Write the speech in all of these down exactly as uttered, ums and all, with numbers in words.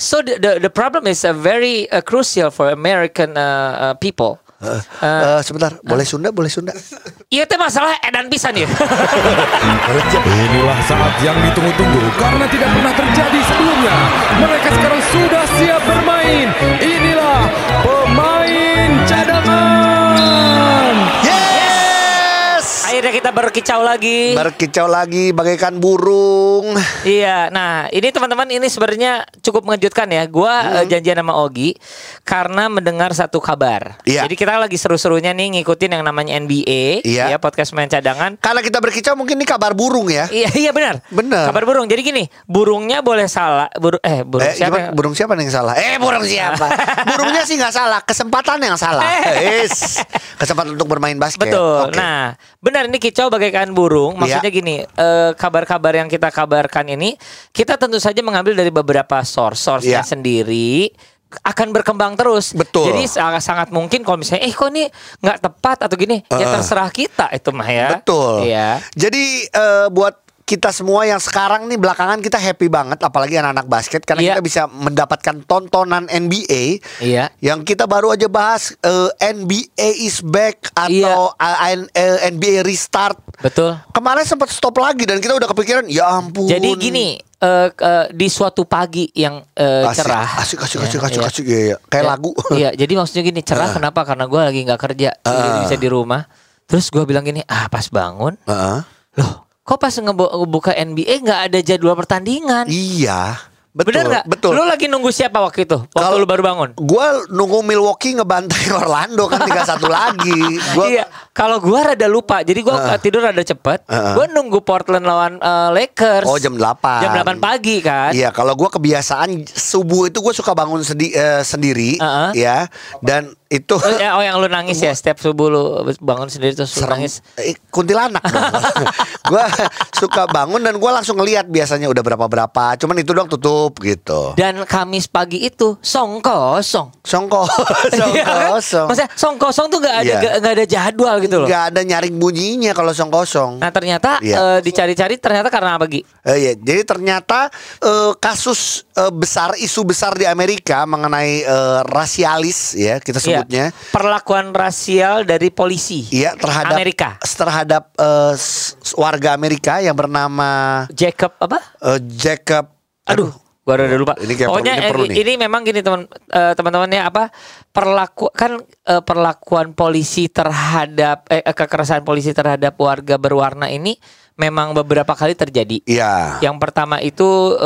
So the the, the problem is uh, very uh, crucial for American uh, uh, people. Uh, uh, sebentar, uh, boleh Sunda, boleh Sunda. Iya teh masalah edan pisan ya. Inilah saat yang ditunggu-tunggu karena tidak pernah terjadi sebelumnya. Mereka sekarang sudah siap bermain. Inilah pemain cadangan. Yes. Akhirnya kita berkicau lagi. Berkicau lagi bagaikan burung. Iya, nah ini teman-teman ini sebenarnya cukup mengejutkan ya. Gua Hmm. uh, janjian sama Ogi karena mendengar satu kabar. Iya. Jadi kita lagi seru-serunya nih ngikutin yang namanya N B A, Iya. ya podcast main cadangan. Karena kita berkicau mungkin ini kabar burung ya. Iya, iya benar. Benar. Kabar burung. Jadi gini, burungnya boleh salah. Buru, eh burung Eh, siapa? gimana? yang- Burung siapa yang salah? Eh, burung siapa? Burungnya sih nggak salah, kesempatan yang salah. Yes. Kesempatan untuk bermain basket. Betul. Oke. Nah, benar ini kicau bagaikan burung. Maksudnya Iya. gini, eh, kabar-kabar yang kita kabarkan ini kita tentu saja mengambil dari beberapa source, source-nya Iya. sendiri akan berkembang terus. Betul. Jadi sangat sangat mungkin kalau misalnya, eh kok ini nggak tepat atau gini, ya Uh-uh. terserah kita itu mah ya. Betul. Iya. Jadi eh, buat kita semua yang sekarang nih belakangan kita happy banget, apalagi anak-anak basket karena Iya. kita bisa mendapatkan tontonan N B A. Iya. Yang kita baru aja bahas eh, N B A is back atau eh, N B A restart. Betul. Kemarin sempat stop lagi dan kita udah kepikiran, ya ampun. Jadi gini, eh, eh, di suatu pagi yang eh, Asik, cerah. asik, asik, Ya, asik, asik, iya. asik, iya, iya. Kayak Ya, lagu. Iya, jadi maksudnya gini, cerah kenapa? Karena gue lagi nggak kerja, jadi Uh. bisa di rumah. Terus gue bilang gini, ah pas bangun, Heeh. loh, kok pas ngebuka N B A nggak ada jadwal pertandingan? Iya, betul, Bener nggak? betul. Lu lagi nunggu siapa waktu itu? Waktu Kalau- lu baru bangun? Gua nunggu Milwaukee ngebantai Orlando kan tiga satu lagi. Gua Iya, kalau gua rada lupa, jadi gua Uh-uh. tidur rada cepet. Uh-uh. Gua nunggu Portland lawan eh, Lakers. Oh, jam delapan. Jam delapan pagi kan? Iya, kalau gua kebiasaan subuh itu gue suka bangun sendi- eh, sendiri, Uh-uh. ya. Dan itu Oh, ya, oh yang lu nangis ya setiap subuh lu bangun sendiri terus lu serem. nangis. Eh, kuntilanak dong. Gue suka bangun dan gue langsung ngeliat biasanya udah berapa berapa. Cuman itu doang tutup gitu. Dan Kamis pagi itu song kosong. Songko, song Iya kan? kosong. Maksudnya song kosong tuh gak ada Iya. gak, gak ada jadwal gitu loh. Gak ada nyaring bunyinya kalau song kosong. Nah ternyata Iya. eh, dicari-cari ternyata karena apa Gi? Eh, iya. Jadi ternyata eh, kasus eh, besar, isu besar di Amerika mengenai eh, rasialis ya kita Iya. sebutnya. Perlakuan rasial dari polisi. Iya, terhadap Amerika. terhadap eh, s- warga Amerika yang bernama Jacob apa? eh, Jacob. Aduh, gua udah lupa. Ini kayak Pokoknya perlu- ini perlu eh, nih. ini memang gini teman eh, teman-temannya apa? Perlaku kan eh, perlakuan polisi terhadap eh, kekerasan polisi terhadap warga berwarna ini memang beberapa kali terjadi. Iya. Yang pertama itu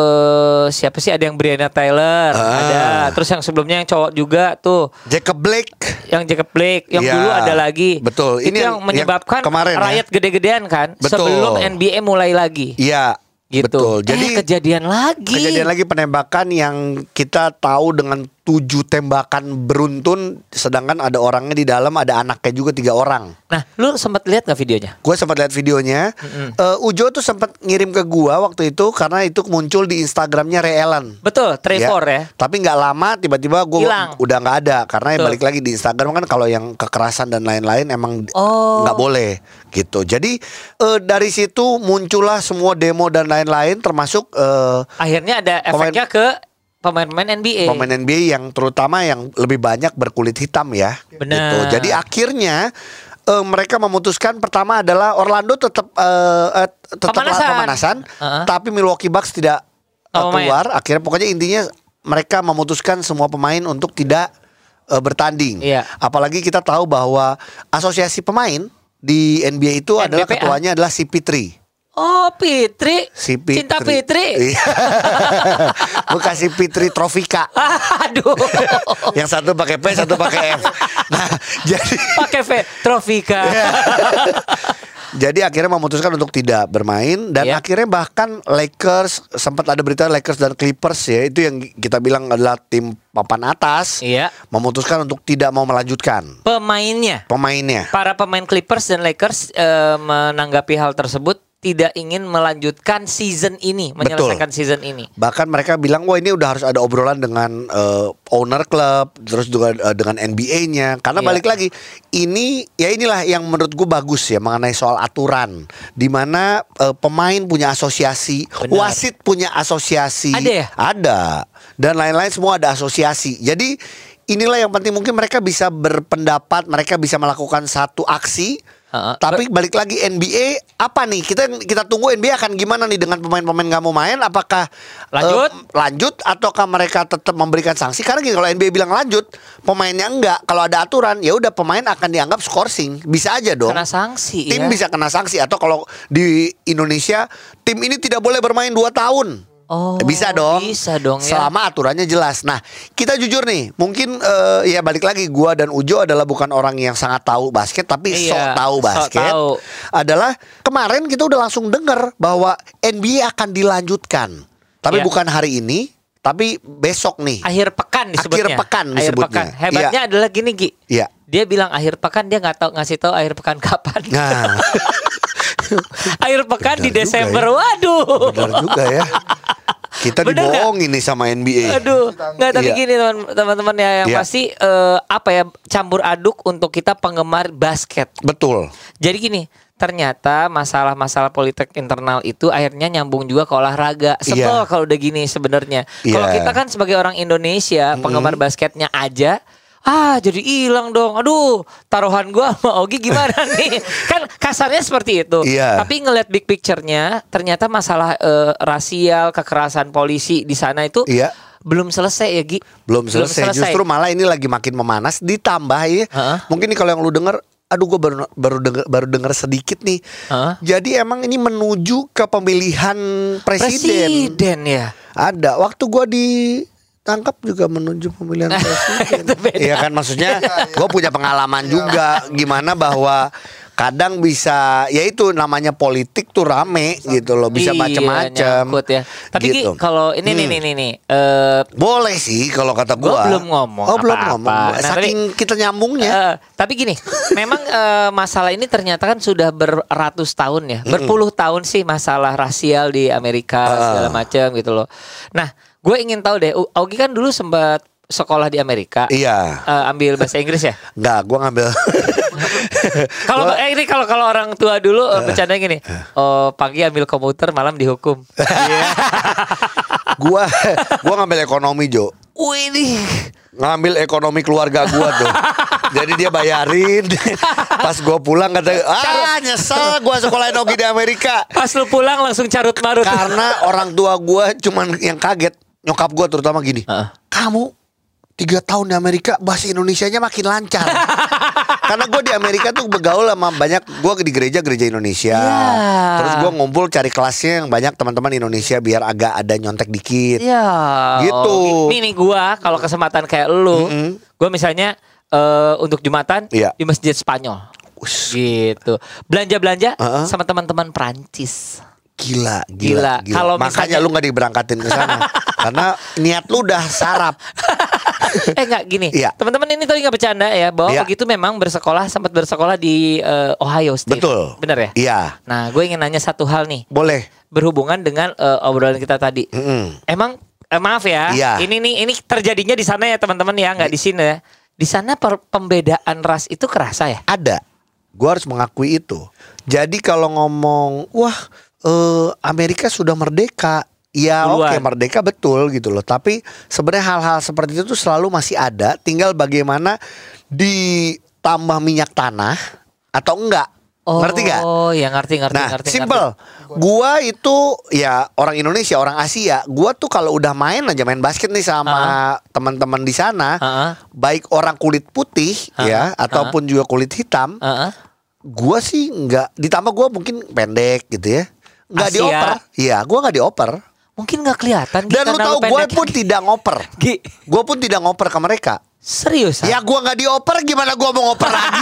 eh, siapa sih? Ada yang Breonna Taylor, Ah. ada. Terus yang sebelumnya yang cowok juga tuh, Jacob Blake. yang Jacob Blake, yang Iya. dulu ada lagi. Betul. Itu Ini yang yang- menyebabkan yang kemarin ya. rakyat gede-gedean kan, Betul. sebelum N B A mulai lagi. Iya. Gitu. Betul. Eh, Jadi kejadian lagi. kejadian lagi penembakan yang kita tahu dengan tujuh tembakan beruntun, sedangkan ada orangnya di dalam, ada anaknya juga tiga orang. Nah, lu sempat lihat nggak videonya? Gue sempat lihat videonya. Eh, Ujo tuh sempat ngirim ke gua waktu itu karena itu muncul di Instagramnya Ray Allen. Betul, Trevor ya. Tapi nggak lama tiba-tiba gue Hilang. udah nggak ada karena Betul. balik lagi di Instagram kan kalau yang kekerasan dan lain-lain emang Oh. nggak boleh gitu. Jadi eh, dari situ muncullah semua demo dan lain-lain termasuk eh, Akhirnya ada Pemain- efeknya ke pemain-pemain N B A. pemain N B A yang terutama yang lebih banyak berkulit hitam ya. Benar. Gitu. Jadi akhirnya eh, mereka memutuskan pertama adalah Orlando tetap eh, eh, tetap Pemanasan. pemanasan, Uh-uh. tapi Milwaukee Bucks tidak eh, Oh, main. keluar. Akhirnya pokoknya intinya mereka memutuskan semua pemain untuk tidak eh, bertanding. Iya. Apalagi kita tahu bahwa asosiasi pemain di N B A itu N B P A. adalah ketuanya adalah C P tiga. Oh, Fitri. Si Fitri. Cinta Fitri. Iya. Bukan si Fitri Tropika. Aduh. Yang satu pakai P, satu pakai F. Nah, jadi Pakai V Tropika. Iya. Jadi akhirnya memutuskan untuk tidak bermain dan Iya. akhirnya bahkan Lakers sempat ada berita Lakers dan Clippers ya, itu yang kita bilang adalah tim papan atas, Iya. memutuskan untuk tidak mau melanjutkan Pemainnya. pemainnya. Para pemain Clippers dan Lakers eh, menanggapi hal tersebut tidak ingin melanjutkan season ini, menyelesaikan Betul. season ini. Bahkan mereka bilang, wah ini udah harus ada obrolan dengan uh, owner klub, terus juga uh, dengan N B A-nya. Karena Iya. balik lagi, ini ya inilah yang menurut gue bagus ya mengenai soal aturan, di mana uh, pemain punya asosiasi, Benar. wasit punya asosiasi, Ada ya? ada, dan lain-lain semua ada asosiasi. Jadi inilah yang penting, mungkin mereka bisa berpendapat, mereka bisa melakukan satu aksi. Uh-uh. Tapi balik lagi N B A apa nih? Kita kita tunggu N B A akan gimana nih dengan pemain-pemain nggak mau main? Apakah Lanjut? eh, lanjut ataukah mereka tetap memberikan sanksi? Karena gini, kalau N B A bilang lanjut, pemainnya enggak. Kalau ada aturan, ya udah pemain akan dianggap skorsing. Bisa aja dong. Kena sanksi Tim ya. bisa kena sanksi, atau kalau di Indonesia tim ini tidak boleh bermain dua tahun. Oh, Bisa dong. Bisa dong ya. Selama aturannya jelas. Nah, kita jujur nih, mungkin eh, ya balik lagi, gua dan Ujo adalah bukan orang yang sangat tahu basket, tapi Iya, sok tahu sok basket. tahu. Adalah kemarin kita udah langsung dengar bahwa N B A akan dilanjutkan. Tapi Iya. bukan hari ini, tapi besok nih. Akhir pekan disebutnya. Akhir pekan Akhir disebutnya. pekan. Hebatnya adalah gini, Gi. Iya. Dia bilang akhir pekan, dia nggak tahu ngasih tahu akhir pekan kapan. Nah, Akhir pekan Benar di juga Desember. ya. Waduh. benar juga ya. Kita Bener nggak? dibohongin nih sama N B A. Aduh, nggak, tapi Iya. gini teman- teman-teman ya, yang Iya. pasti eh, apa ya, campur aduk untuk kita penggemar basket. Betul. Jadi gini, ternyata masalah-masalah politik internal itu akhirnya nyambung juga ke olahraga. Sebel Iya. kalau udah gini sebenarnya. Kalau Iya. kita kan sebagai orang Indonesia, penggemar basketnya aja, ah jadi hilang dong. Aduh, taruhan gua sama Ogi gimana nih? Kan kasarnya seperti itu. Iya. Tapi ngeliat big picture-nya, ternyata masalah eh, rasial, kekerasan polisi di sana itu Iya. belum selesai ya, Gi. Belum selesai. Justru malah ini lagi makin memanas. Ditambah ya, Heeh. mungkin nih kalau yang lu denger, aduh gue baru baru denger, baru denger sedikit nih. Heeh. Jadi emang ini menuju ke pemilihan presiden. Presiden ya. Ada. Waktu gue ditangkap juga menuju pemilihan presiden. Itu beda. Iya kan, maksudnya gue punya pengalaman juga gimana bahwa kadang bisa, ya itu namanya politik tuh rame gitu loh, bisa Iya, macam-macam. nyangkut ya. Tapi Gi, gitu. kalau ini nih Hmm. nih nih nih eh, Boleh sih kalau kata Gua gua. belum ngomong Oh, belum apa-apa. ngomong. Nah, Saking kita nyambungnya. Eh, tapi gini, memang eh, masalah ini ternyata kan sudah beratus tahun ya, berpuluh tahun sih masalah rasial di Amerika segala macam gitu loh. Nah, gue ingin tahu deh, U- Augie kan dulu sempat sekolah di Amerika, Iya. eh, ambil bahasa Inggris ya. Enggak, gua ngambil. Kalau eh, ini kalau kalau orang tua dulu eh, bercanda gini, oh pagi ambil komputer, malam dihukum. Iya. gua gua ngambil ekonomi, Jo. Wih ini. Ngambil ekonomi keluarga gua tuh. Jadi dia bayarin. Pas gua pulang kata, "Ah, nyesel gua sekolah ekonomi di Amerika." Pas lu pulang langsung carut marut. Karena orang tua gua cuman yang kaget, nyokap gua terutama gini. Heeh. Kamu tiga tahun di Amerika bahasa Indonesianya makin lancar. Karena gue di Amerika tuh bergaul sama banyak, gue di gereja-gereja Indonesia. Iya. Terus gue ngumpul cari kelasnya yang banyak teman-teman Indonesia biar agak ada nyontek dikit. Ya. Gitu. Oh, nih nih gua kalau kesempatan kayak lu, Mm-mm. gua misalnya eh, untuk Jumatan Iya. di Masjid Spanyol. Ush, Gitu. Belanja-belanja Uh-uh. sama teman-teman Prancis. gila, Gila. gila, gila. Kalau Makanya misalnya- lu nggak diberangkatin ke sana. Karena niat lu udah sarap. eh enggak gini. Iya. Teman-teman ini tadi nggak bercanda ya, bahwa Iya. begitu memang bersekolah sempat bersekolah di eh, Ohio State. Betul. Bener ya? Iya, Nah, gue ingin nanya satu hal nih, boleh. berhubungan dengan eh, obrolan kita tadi. Mm-mm. Emang eh, maaf ya, Iya. ini nih ini terjadinya di sana ya teman-teman ya, nggak di sini ya. Di sana per- pembedaan ras itu kerasa ya? Ada. Gue harus mengakui itu. Jadi kalau ngomong, wah eh, Amerika sudah merdeka. Ya oke, Duluan. merdeka betul gitu loh. Tapi sebenarnya hal-hal seperti itu tuh selalu masih ada. Tinggal bagaimana ditambah minyak tanah atau enggak. Ngerti gak? Oh, ya ngerti ngerti Nah, ngerti. simple. Gua itu ya orang Indonesia, orang Asia. Gua tuh kalau udah main aja main basket nih sama teman-teman di sana, Heeh. baik orang kulit putih ya ataupun juga kulit hitam, Heeh. gua sih nggak. Ditambah gua mungkin pendek gitu ya, nggak Asia. dioper. Iya, gua nggak dioper. Mungkin nggak kelihatan. Gi, Dan lu karena tahu gue pendek. pun tidak ngoper. Gi, Gue pun tidak ngoper ke mereka. serius? Ya gua nggak dioper, gimana gua mau ngoper lagi?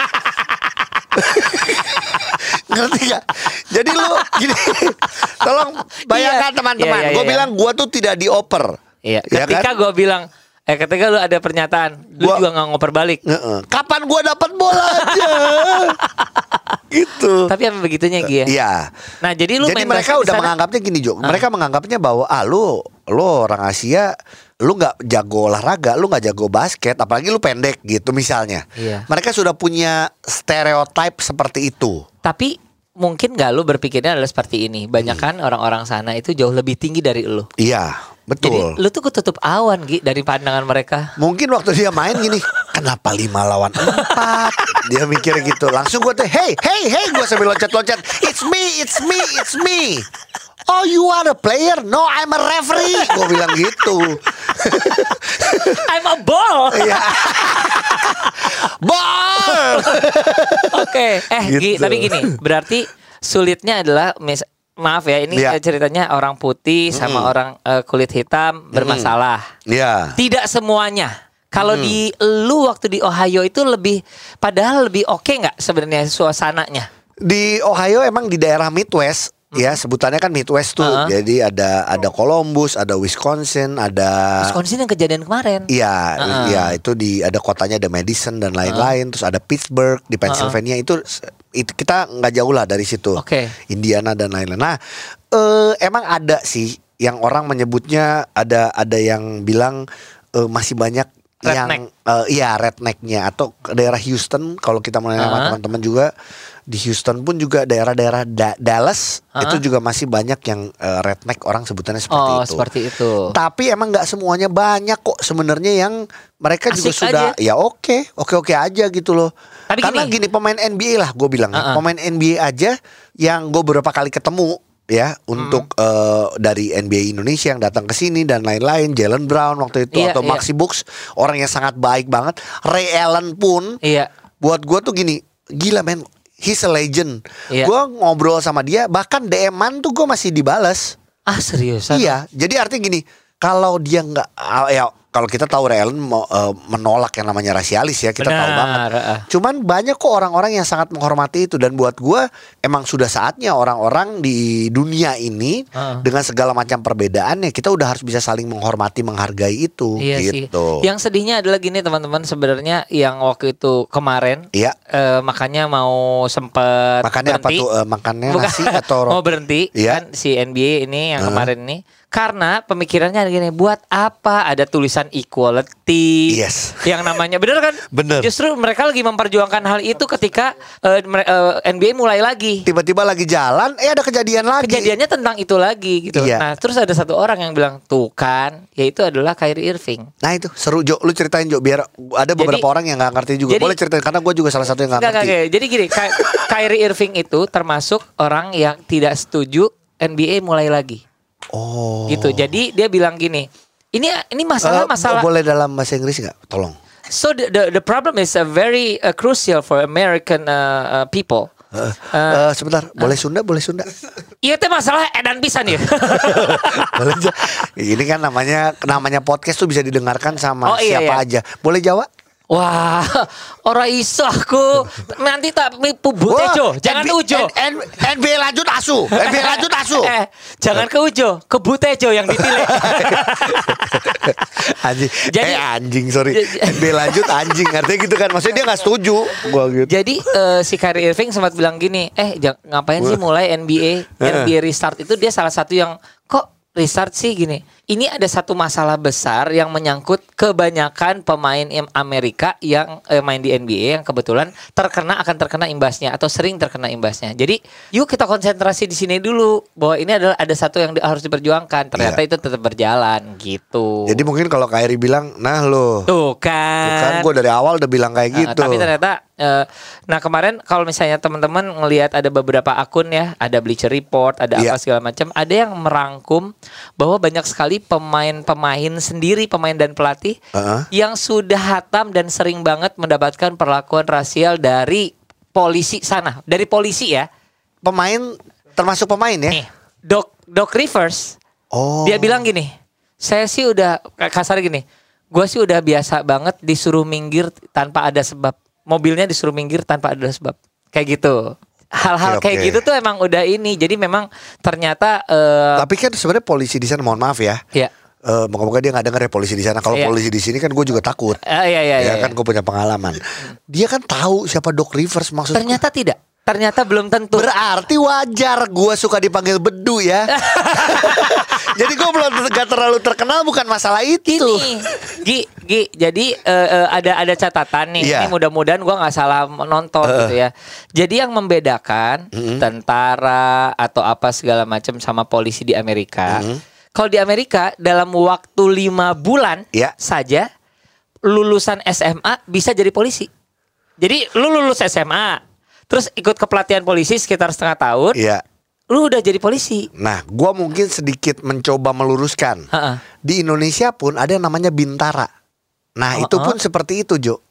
Ngerti gak? Jadi lu gini, tolong bayangkan Iya. teman-teman. Iya, iya, Gue iya. bilang gue tuh tidak dioper. Iya. Ya Ketika kan? gue bilang, eh ketika lu ada pernyataan, lu Gua- juga nggak ngoper balik. Nge-e. Kapan gue dapat bola aja? Gitu. Tapi apa begitunya Gi ya? Iya. Nah jadi lu Jadi main mereka basket di udah sana? menganggapnya gini Jo. Mereka menganggapnya bahwa ah lu lu orang Asia, lu nggak jago olahraga, lu nggak jago basket, apalagi lu pendek gitu misalnya. Iya. Mereka sudah punya stereotip seperti itu. Tapi mungkin gak lu berpikirnya adalah seperti ini. Banyak kan orang-orang sana itu jauh lebih tinggi dari lu. Iya, betul. Jadi lu tuh ketutup awan Gi dari pandangan mereka. Mungkin waktu dia main gini, kenapa lima lawan empat? Dia mikir gitu. Langsung gue tuh, hey, hey, hey, gue sambil loncat-loncat. It's me, it's me, it's me. Oh, you are a player? No, I'm a referee. Gue bilang gitu. I'm a ball. Iya. Ball. Oke, eh Gi, Gitu. tapi gini, berarti sulitnya adalah mis- maaf ya, ini Iya. eh, ceritanya orang putih sama orang eh, kulit hitam bermasalah. Iya. Tidak semuanya. Kalau di lu waktu di Ohio itu lebih, padahal lebih oke nggak sebenarnya suasananya? Di Ohio emang di daerah Midwest. Ya sebutannya kan Midwest tuh. Uh-huh. Jadi ada ada Columbus, ada Wisconsin, ada Wisconsin yang kejadian kemarin. Iya, Uh-uh. iya itu di ada kotanya ada Madison dan lain-lain, terus ada Pittsburgh di Pennsylvania itu itu kita nggak jauh lah dari situ. Oke. Indiana dan lain-lain. Nah, eh, emang ada sih yang orang menyebutnya ada ada yang bilang eh, masih banyak Redneck. yang eh, iya rednecknya atau ke daerah Houston kalau kita mau nanya sama Uh-huh. teman-teman juga di Houston pun juga daerah-daerah Da- Dallas Uh-huh. itu juga masih banyak yang eh, redneck orang sebutannya seperti Oh, itu. seperti itu. Tapi emang nggak semuanya, banyak kok sebenarnya yang mereka juga Asik sudah aja. ya oke oke oke aja gitu loh. Tapi Karena gini. gini, pemain N B A lah gue bilang, ya. Uh-uh. Pemain N B A aja yang gue beberapa kali ketemu ya untuk eh, dari N B A Indonesia yang datang ke sini dan lain-lain, Jalen Brown waktu itu Iya, atau iya. Maxi Brooks, orang yang sangat baik banget. Ray Allen pun Iya. buat gue tuh gini, gila men, he's a legend. Iya. Gue ngobrol sama dia, bahkan D M-an tuh gue masih dibales. Ah seriusan? Iya, jadi artinya gini, kalau dia nggak, ah, ya kalau kita tahu Ray Allen mau, eh, menolak yang namanya rasialis ya, kita tahu Benar, banget. ah. Cuman banyak kok orang-orang yang sangat menghormati itu, dan buat gue emang sudah saatnya orang-orang di dunia ini Ah. dengan segala macam perbedaannya kita udah harus bisa saling menghormati, menghargai itu. Iya sih. gitu. Yang sedihnya adalah gini teman-teman, sebenarnya yang waktu itu kemarin, Iya. eh, makanya mau sempet Makannya apa berhenti. tuh? Eh, makannya Bukan, nasi atau mau berhenti Iya. kan si N B A ini yang Uh-huh. kemarin ini, karena pemikirannya gini, buat apa ada tulisan equality? Yes. Yang namanya bener kan? Bener. Justru mereka lagi memperjuangkan hal itu ketika eh, mere- eh, N B A mulai lagi. Tiba-tiba lagi jalan, eh ada kejadian lagi. Kejadiannya tentang itu lagi gitu. Iya. Nah, terus ada satu orang yang bilang, "Tuh kan, yaitu adalah Kyrie Irving." Nah itu seru Jo, lu ceritain Jo, biar ada beberapa Jadi- orang yang nggak ngerti juga. jadi- Boleh ceritain karena gue juga salah satu yang nggak Enggak, ngerti. enggak, enggak. Jadi gini, Ky- Kyrie Irving itu termasuk orang yang tidak setuju N B A mulai lagi. Oh. Gitu. Jadi dia bilang gini, ini ini Eh, masalah masalah. boleh dalam bahasa Inggris nggak? Tolong. So the the, the problem is uh, very uh, crucial for American uh, uh, people. Eh, eh, sebentar, boleh Sunda, boleh Sunda. Iya teh masalah edan pisan ya. Boleh aja. Ini kan namanya namanya podcast tuh bisa didengarkan sama Oh, iya, siapa iya. aja. Boleh Jawa? Wah, ora iso aku. Nanti tak pubu tejo, jangan N B- ujo. N- N- N B A lanjut asu. N B A lanjut asu. Eh, jangan ke ujo, ke butejo yang dipilih. Anjing. Jadi- eh anjing, sorry. J- N B A lanjut anjing. Artinya gitu kan. Maksudnya dia nggak setuju. Gua gitu. Jadi eh, si Kyrie Irving sempat bilang gini, eh jang- ngapain sih mulai N B A N B A restart itu, dia salah satu yang kok restart sih gini. Ini ada satu masalah besar yang menyangkut kebanyakan pemain im- Amerika yang eh, main di N B A yang kebetulan terkena akan terkena imbasnya atau sering terkena imbasnya. Jadi yuk kita konsentrasi di sini dulu bahwa ini adalah ada satu yang di- harus diperjuangkan. Ternyata Iya. itu tetap berjalan gitu. Jadi mungkin kalau Kyrie bilang, nah lo, tuh kan. kan gue dari awal udah bilang kayak Nah, gitu. tapi ternyata eh, nah kemarin kalau misalnya teman-teman ngelihat ada beberapa akun ya, ada Bleacher Report, ada Iya. apa segala macam, ada yang merangkum bahwa banyak sekali pemain-pemain sendiri, pemain dan pelatih Heeh. yang sudah hatam dan sering banget mendapatkan perlakuan rasial dari polisi sana, dari polisi ya. Pemain termasuk pemain ya. Nih, Doc Doc Rivers, Oh. dia bilang gini, saya sih udah kasar gini, gue sih udah biasa banget disuruh minggir tanpa ada sebab, mobilnya disuruh minggir tanpa ada sebab, kayak gitu. Hal-hal Oke, kayak oke. gitu tuh emang udah ini, jadi memang ternyata eh, Tapi kan sebenarnya polisi di sana, mohon maaf ya. ya, Eh, moga-moga dia nggak dengar ya polisi di sana. Kalau Iya. polisi di sini kan gue juga takut. eh, iya, iya, ya iya, kan gue punya pengalaman. Dia kan tahu siapa Doc Rivers maksud. ternyata tidak. ternyata belum tentu. Berarti wajar gue suka dipanggil bedu ya. Jadi gue belum gak terlalu terkenal bukan masalah itu. Gini, Gi, Gi, jadi uh, uh, ada ada catatan nih. Iya. Ini mudah-mudahan gue nggak salah nonton Uh. gitu ya. Jadi yang membedakan Mm-hmm. tentara atau apa segala macam sama polisi di Amerika. Mm-hmm. Kalau di Amerika dalam waktu lima bulan Iya. saja lulusan S M A bisa jadi polisi. Jadi lu lulus S M A, terus ikut ke pelatihan polisi sekitar setengah tahun, Iya. lu udah jadi polisi. Nah, gue mungkin sedikit mencoba meluruskan. Ha-ha. Di Indonesia pun ada yang namanya bintara. Nah, Oh, itu oh. pun seperti itu, Jo.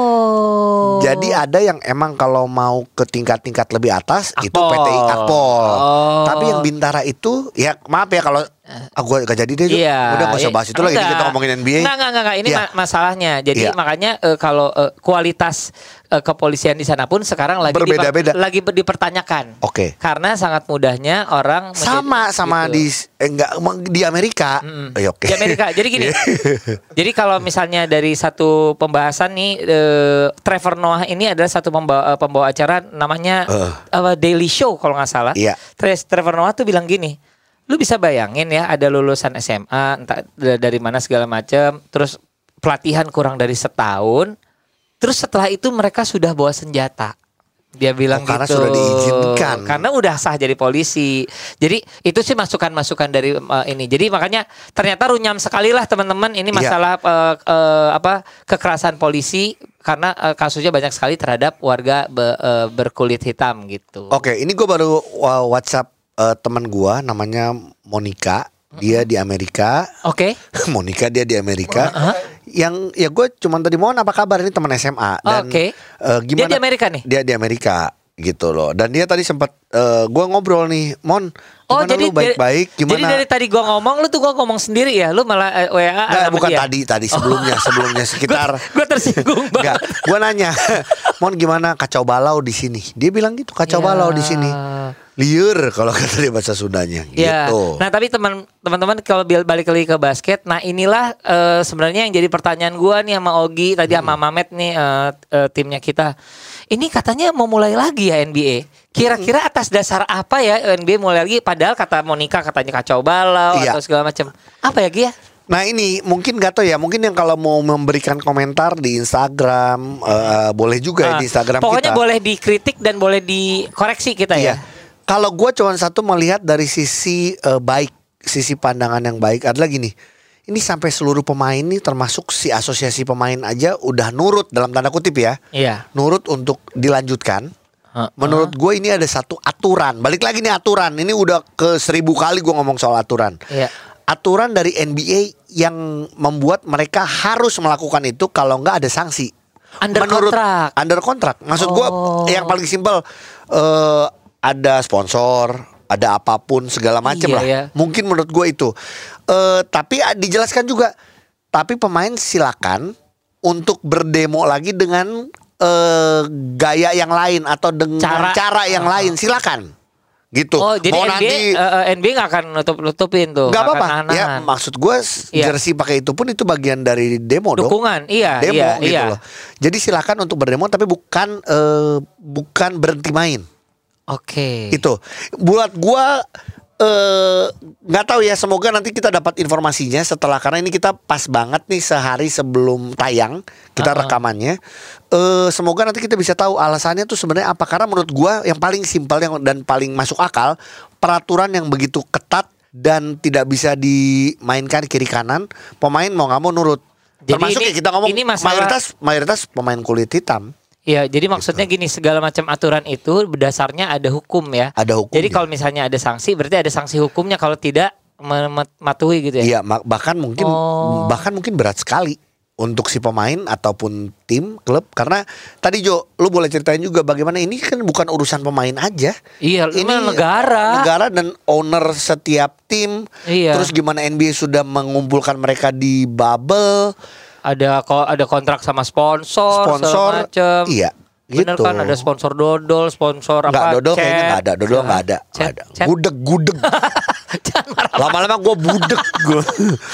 Oh. Jadi ada yang emang kalau mau ke tingkat-tingkat lebih atas itu Akpol. P T I Akpol. Oh. Tapi yang bintara itu ya maaf ya kalau ah, gue gak jadi deh, Jo. Iya, Udah gak usah iya. bahas itu lagi Enggak. kita ngomongin N B A. Enggak, enggak, enggak, ini Iya. ma- masalahnya. Jadi Iya. makanya eh, kalau eh, kualitas eh, kepolisian di sana pun sekarang lagi diper- Berbeda-beda. lagi ber- dipertanyakan. Oke. Karena sangat mudahnya orang menjadi- Sama sama gitu. di eh, enggak emang di Amerika. Mm-mm. Eh, oke. Di Amerika. Jadi gini. Jadi kalau misalnya dari satu pembahasan nih eh, Trevor Noah ini adalah satu pembawa, pembawa acara namanya Uh. apa, Daily Show kalau nggak salah. Iya. Tre- Trevor Noah tuh bilang gini, lu bisa bayangin ya ada lulusan S M A entah da- dari mana segala macam, terus pelatihan kurang dari setahun, terus setelah itu mereka sudah bawa senjata. Dia bilang Oh, karena gitu. sudah diizinkan. Karena udah sah jadi polisi. Jadi itu sih masukan-masukan dari uh, ini. Jadi makanya ternyata runyam sekali lah teman-teman ini Iya. masalah uh, uh, apa kekerasan polisi karena uh, kasusnya banyak sekali terhadap warga be- uh, berkulit hitam gitu. Oke, ini gue baru uh, WhatsApp uh, teman gue namanya Monica. Dia di Amerika. Oke. Monica dia di Amerika. Uh-huh. Yang ya gue cuman tadi mohon apa kabar ini teman S M A dan Oke. eh, gimana Dia di Amerika nih? Dia di Amerika gitu loh. Dan dia tadi sempat eh, gue ngobrol nih, Mon, Oh gimana jadi lu baik-baik dari- gimana? Jadi dari tadi gua ngomong lu tuh gua ngomong sendiri ya. Lu malah uh, W A Nggak, sama bukan dia? tadi, tadi sebelumnya, sebelumnya sekitar. Gua, gua tersinggung Enggak, banget. gue nanya, Mon gimana kacau balau di sini? Dia bilang gitu, kacau Ya. balau di sini. Liur kalau kata dia bahasa Sundanya Ya. gitu. Nah, tapi teman teman-teman kalau bil- balik lagi ke basket, nah inilah eh, sebenarnya yang jadi pertanyaan gua nih sama Ogi tadi sama Mamet nih eh, eh, timnya kita. Ini katanya mau mulai lagi ya N B A. Kira-kira atas dasar apa ya N B A mulai lagi? Padahal kata Monica katanya kacau balau Iya. atau segala macam. Apa ya Gia? Nah ini mungkin gak tau ya, mungkin yang kalau mau memberikan komentar di Instagram eh, boleh juga ya Ah, di Instagram pokoknya kita. boleh dikritik dan boleh dikoreksi kita Iya. ya. Kalau gue cuma satu melihat dari sisi eh, baik, sisi pandangan yang baik adalah gini. Ini sampai seluruh pemain nih termasuk si asosiasi pemain aja udah nurut dalam tanda kutip ya. Iya. Nurut untuk dilanjutkan. Heeh. Menurut gue ini ada satu aturan. Balik lagi nih aturan. Ini udah ke seribu kali gue ngomong soal aturan. Iya. Aturan dari N B A yang membuat mereka harus melakukan itu kalau nggak ada sanksi. Under kontrak. Under kontrak. Maksud gue Oh. yang paling simpel eh, ada sponsor, ada apapun segala macam Iya, lah. iya. Mungkin menurut gue itu. Eh, tapi ah, dijelaskan juga. Tapi pemain silakan untuk berdemo lagi dengan eh, gaya yang lain atau dengan Cara. cara, yang lain. Silakan. Gitu. Oh, jadi Mau N B A nanti eh, N B A nggak akan nutup-nutupin tuh. Gak nggak apa-apa. akan Ya nahan-nahan. maksud gue Iya. jersey pakai itu pun itu bagian dari demo dong. Dukungan, iya, Demo iya, gitu iya. loh. Jadi silakan untuk berdemo tapi bukan eh, bukan berhenti main. Oke. Itu. Buat gue eh, nggak tahu ya. Semoga nanti kita dapat informasinya setelah, karena ini kita pas banget nih sehari sebelum tayang kita Uh-uh. rekamannya. Eh, semoga nanti kita bisa tahu alasannya tuh sebenarnya apa. Karena menurut gue yang paling simpel yang dan paling masuk akal, peraturan yang begitu ketat dan tidak bisa dimainkan kiri kanan, pemain mau nggak mau nurut. Jadi Termasuk ini- ya kita ngomong ini masalah- mayoritas mayoritas pemain kulit hitam. Iya, jadi maksudnya gini, segala macam aturan itu berdasarnya ada hukum ya. Ada hukumnya. Jadi kalau misalnya ada sanksi, berarti ada sanksi hukumnya kalau tidak mematuhi gitu ya. Iya, ma- bahkan mungkin Oh. bahkan mungkin berat sekali untuk si pemain ataupun tim klub, karena tadi Jo, lu boleh ceritain juga bagaimana ini kan bukan urusan pemain aja. Iya, ini negara. negara dan owner setiap tim. Iya. Terus gimana N B A sudah mengumpulkan mereka di bubble, Ada ko- ada kontrak sama sponsor, sponsor. segala macam. Iya, Bener gitu. kan, ada sponsor dodol, sponsor Nggak, apa? dodol chat. kayaknya nggak ada, dodol nggak ada, nggak Chat, ada. chat. Gudeg, gudeg. Jangan marah. Lama-lama gue budek gue.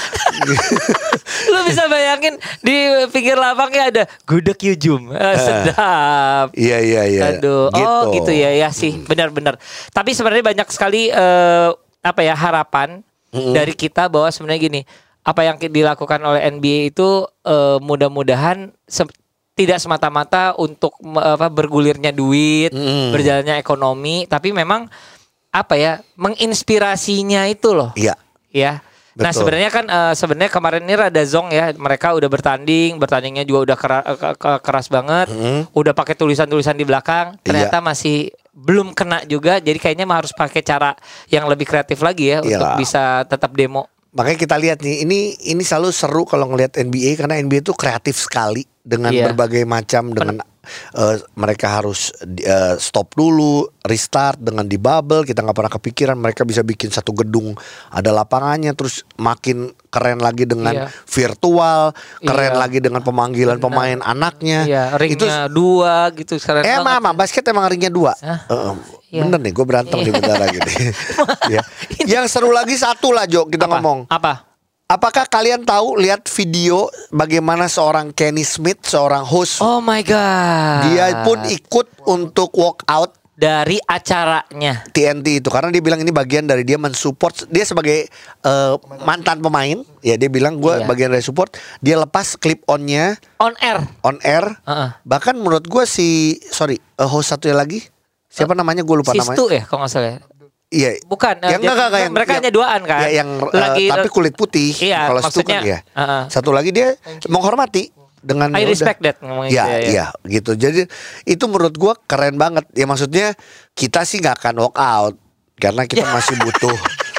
Lu bisa bayangin di pinggir lapaknya ada gudeg Yujum. Eh, sedap. Iya iya iya. Aduh. Oh gitu ya ya sih. Benar-benar. Tapi sebenarnya banyak sekali eh, apa ya harapan mm-hmm. dari kita bahwa sebenarnya gini, apa yang dilakukan oleh N B A itu eh, mudah-mudahan se- tidak semata-mata untuk apa bergulirnya duit, mm. berjalannya ekonomi, tapi memang apa ya menginspirasinya itu loh. Iya. Ya. Betul. Nah sebenarnya kan uh, sebenarnya kemarin ini rada zong ya, mereka udah bertanding, bertandingnya juga udah kera, ke, ke, keras banget, mm. udah pakai tulisan-tulisan di belakang, ternyata iya. masih belum kena juga, jadi kayaknya harus pakai cara yang lebih kreatif lagi ya Iyalah. untuk bisa tetap demo. Makanya kita lihat nih, ini ini selalu seru kalau ngelihat N B A karena N B A itu kreatif sekali dengan iya. berbagai macam dengan uh, mereka harus uh, stop dulu, restart dengan di bubble. Kita nggak pernah kepikiran mereka bisa bikin satu gedung ada lapangannya, terus makin keren lagi dengan iya. virtual, keren iya. lagi dengan pemanggilan Benar. pemain anaknya. Iya, ringnya itu, dua gitu. Keren eh banget. mama basket emang ringnya dua. Uh, iya. Bener nih, gue berantem di bendara gitu. ya. Yang seru lagi satu lah Jo, kita Apa? ngomong. Apa? Apakah kalian tahu lihat video bagaimana seorang Kenny Smith, seorang host, oh my god, dia pun ikut untuk walk out dari acaranya T N T itu karena dia bilang ini bagian dari dia mensupport, dia sebagai uh, mantan pemain, ya dia bilang gue iya. bagian dari support, dia lepas clip onnya on air, on air, uh-uh. bahkan menurut gue si sorry uh, host satunya lagi siapa uh, namanya gue lupa Sistu namanya, Sistu ya kalau nggak salah. Iya, bukan. Yang enggak, enggak, yang, mereka yang, hanya duaan kan. Ya, yang lagi, uh, tapi kulit putih. Iya, kalau itu kan ya. Uh-uh. Satu lagi dia menghormati dengan. I respect that ngomongin ya, ya, ya. Iya, gitu. Jadi itu menurut gua keren banget. Ya maksudnya kita sih nggak akan walk out karena kita masih butuh.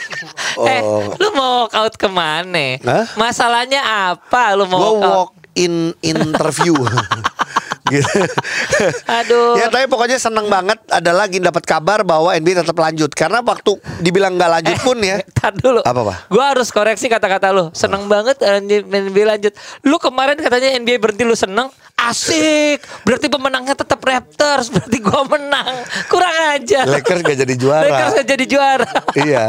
oh. Eh, lu mau walk out kemana? Hah? Masalahnya apa? Lu mau gua walk, walk in interview. gitu. Aduh. Ya tapi pokoknya seneng banget ada lagi dapat kabar bahwa N B A tetap lanjut karena waktu dibilang nggak lanjut eh, pun ya. Tar dulu. Apa Pak? Gua harus koreksi kata-kata lu. Seneng oh. banget N B A lanjut. Lu kemarin katanya N B A berhenti lu seneng. Asik. Berarti pemenangnya tetap Raptors. Berarti gua menang. Kurang aja. Lakers gak jadi juara. Lakers gak jadi juara. Iya.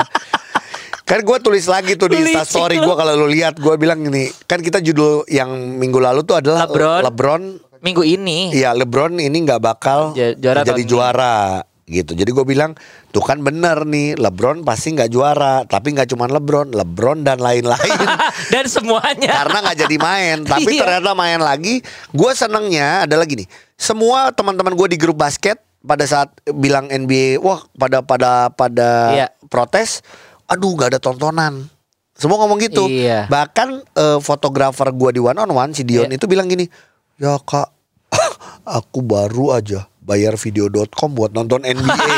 Kan gue tulis lagi tuh di Instastory gue kalau lu lihat gue bilang gini, kan kita judul yang minggu lalu tuh adalah LeBron, LeBron minggu ini. Iya, LeBron ini nggak bakal J- juara jadi juara gitu. Jadi gue bilang tuh kan bener nih, LeBron pasti nggak juara, tapi nggak cuma LeBron, LeBron dan lain-lain dan semuanya karena nggak jadi main. Tapi iya. ternyata main lagi. Gue senengnya adalah gini, semua teman-teman gue di grup basket pada saat bilang N B A, wah pada pada pada iya. protes. Aduh gak ada tontonan. Semua ngomong gitu. Iya. Bahkan uh, fotografer gue di One on One si Dion iya. itu bilang gini, ya kak, aku baru aja bayar video dot com buat nonton N B A.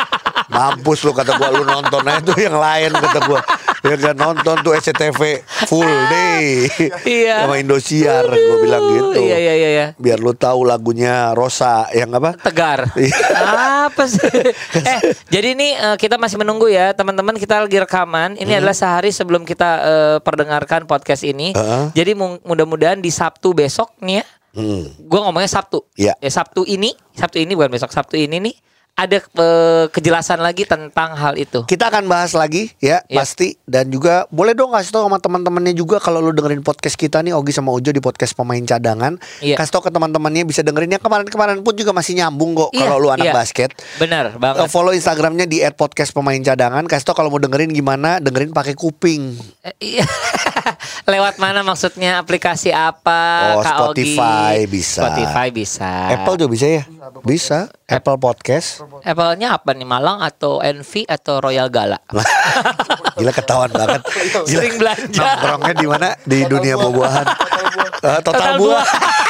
Mampus lu kata gue, lu nonton aja tuh yang lain kata gue. Ya kan nonton tuh S C T V full day. Iya. Sama Indosiar gue bilang gitu. Iya iya iya. Biar lu tahu lagunya Rosa yang apa? Tegar. Apa sih? eh jadi ini uh, kita masih menunggu ya teman-teman, kita lagi rekaman. Ini hmm. adalah sehari sebelum kita uh, perdengarkan podcast ini. Uh-huh. Jadi mudah-mudahan di Sabtu besok nih ya. Hmm. Gue ngomongnya Sabtu. Yeah. Ya Sabtu ini, Sabtu ini bukan besok, Sabtu ini nih. Ada uh, kejelasan lagi tentang hal itu. Kita akan bahas lagi ya, ya pasti. Dan juga boleh dong kasih tau sama teman-temannya juga kalau lu dengerin podcast kita nih, Ogi sama Ujo di podcast pemain cadangan. Ya. Kasih tau ke teman-temannya bisa dengerin. Yang kemarin-kemarin pun juga masih nyambung kok ya, kalau lu anak ya. basket. Benar banget. Uh, follow Instagramnya di et podcast pemain cadangan. Kasih tau kalau mau dengerin gimana, dengerin pakai kuping. Eh, iya. Lewat mana maksudnya? Aplikasi apa? Oh, Kak Spotify Ogi? bisa. Spotify bisa. Apple juga bisa ya? Bisa. Apple Podcast. Apple-nya apa nih? Malang atau Envy atau Royal Gala? Gila ketahuan banget. Gila. Sering belanja. Nongkrongnya di mana? Di dunia buah-buahan. Uh, total, total buah.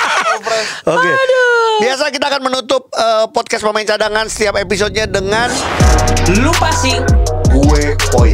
Oke. Okay. Biasa kita akan menutup uh, podcast pemain cadangan setiap episodenya dengan lupa sih. Gue Oi.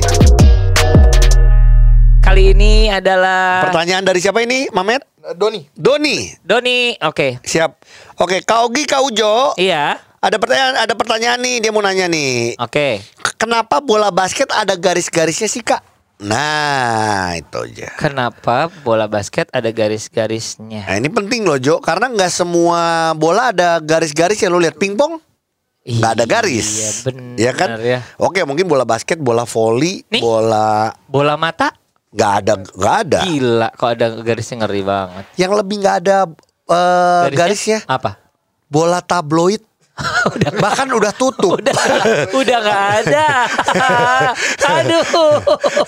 Kali ini adalah pertanyaan dari siapa ini, Mamet? Doni. Doni. Doni, oke. Okay. Siap. Oke, okay, Kak Ogi, Kak Ujo. Iya. Ada pertanyaan, ada pertanyaan nih, dia mau nanya nih. Oke. Okay. Kenapa bola basket ada garis-garisnya sih, Kak? Nah, itu aja. Kenapa bola basket ada garis-garisnya? Nah, ini penting loh, Jo, karena nggak semua bola ada garis-garis ya. Lo lihat pingpong? nggak ada garis. Iya benar Ya kan? ya. Oke, mungkin bola basket, bola voli, Nih. bola Bola mata nggak ada, nggak ada. gila kok ada garisnya ngeri banget. Yang lebih nggak ada eh, garisnya apa? bola tabloid. udah Bahkan udah tutup. udah udah nggak ada. Aduh.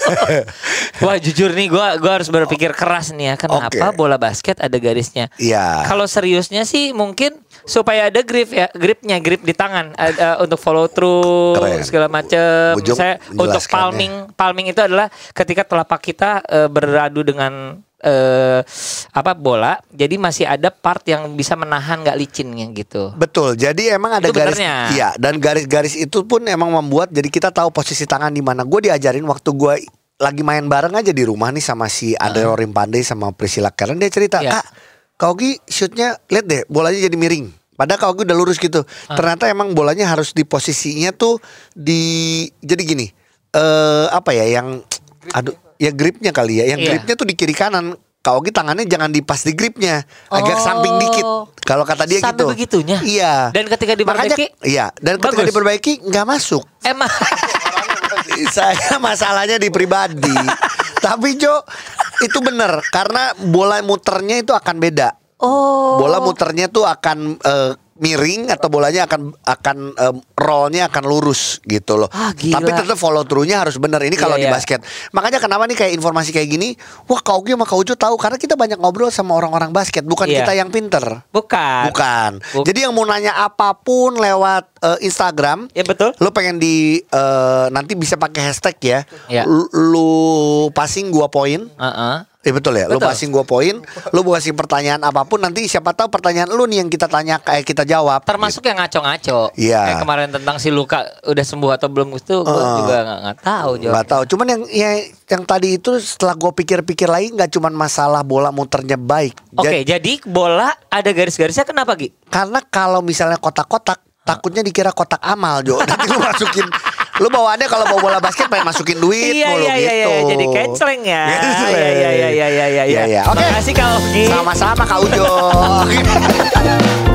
Wah jujur nih gue gua harus berpikir keras nih ya. Kenapa Oke. bola basket ada garisnya? Iya. Kalau seriusnya sih mungkin supaya ada grip ya, gripnya, grip di tangan ada, untuk follow through Keren. segala macam. Ujung Saya untuk menjelaskannya. palming, palming itu adalah ketika telapak kita eh, beradu dengan eh, apa bola, jadi masih ada part yang bisa menahan nggak licinnya gitu. Betul. Jadi emang ada Itu garis. benernya. Iya. Dan garis-garis itu pun emang membuat jadi kita tahu posisi tangan di mana. Gue diajarin waktu gue lagi main bareng aja di rumah nih sama si Andre uh. Rimpande sama Priscilla Karen. Dia cerita, Iya. Kak, Kak Ogi shootnya lihat deh bolanya jadi miring. Padahal Kak Ogi udah lurus gitu. Uh. Ternyata emang bolanya harus di posisinya tuh di jadi gini. Eh apa ya yang aduh ya gripnya kali ya. Yang Iya. gripnya tuh di kiri kanan. Kak Ogi tangannya jangan di pas di gripnya, agak Oh. samping dikit. Kalau kata dia Sampai gitu. begitunya? Iya. Dan ketika diperbaiki? Makanya, iya. Dan ketika Bagus. diperbaiki nggak masuk. Emang Saya masalahnya di pribadi. Tapi Jo, itu bener karena bola muternya itu akan beda. oh. Bola muternya tuh akan eh, miring atau bolanya akan akan um, rollnya akan lurus gitu loh. Ah, gila. Tapi tetap follow through-nya harus benar. Ini kalau Iya, di iya. basket. Makanya kenapa nih kayak informasi kayak gini, wah Kak Ogi sama Kak Ujo tahu karena kita banyak ngobrol sama orang-orang basket, bukan Iya. kita yang pinter. Bukan. Bukan. Buk- Jadi yang mau nanya apapun lewat eh, Instagram, Ya betul. lu pengen di eh, nanti bisa pakai hashtag ya. Ya. Lu, lu passing gua poin. Heeh. Eh betul ya, lu Betul. passing gua poin, lu mau kasih pertanyaan apapun nanti siapa tahu pertanyaan lu nih yang kita tanya kayak kita jawab. Termasuk yang ngaco-ngaco. Iya. Kayak kemarin tentang si Luka udah sembuh atau belum itu gue Uh, juga nggak nggak tahu Gak jawabnya. tahu. Cuman yang ya, yang tadi itu setelah gua pikir-pikir lagi nggak cuman masalah bola muternya baik. Oke, Ja- jadi bola ada garis-garisnya kenapa Gi? Karena kalau misalnya kotak-kotak takutnya dikira kotak amal Jo. Nanti lu masukin lu bawaannya kalau bawa bola basket pengen masukin duit Iya mulu iya iya gitu. iya jadi canceling ya. Canceling. Iya iya iya iya iya iya. Iya, iya. Oke. Makasih Kak Ogi. Sama-sama Kak Ujo.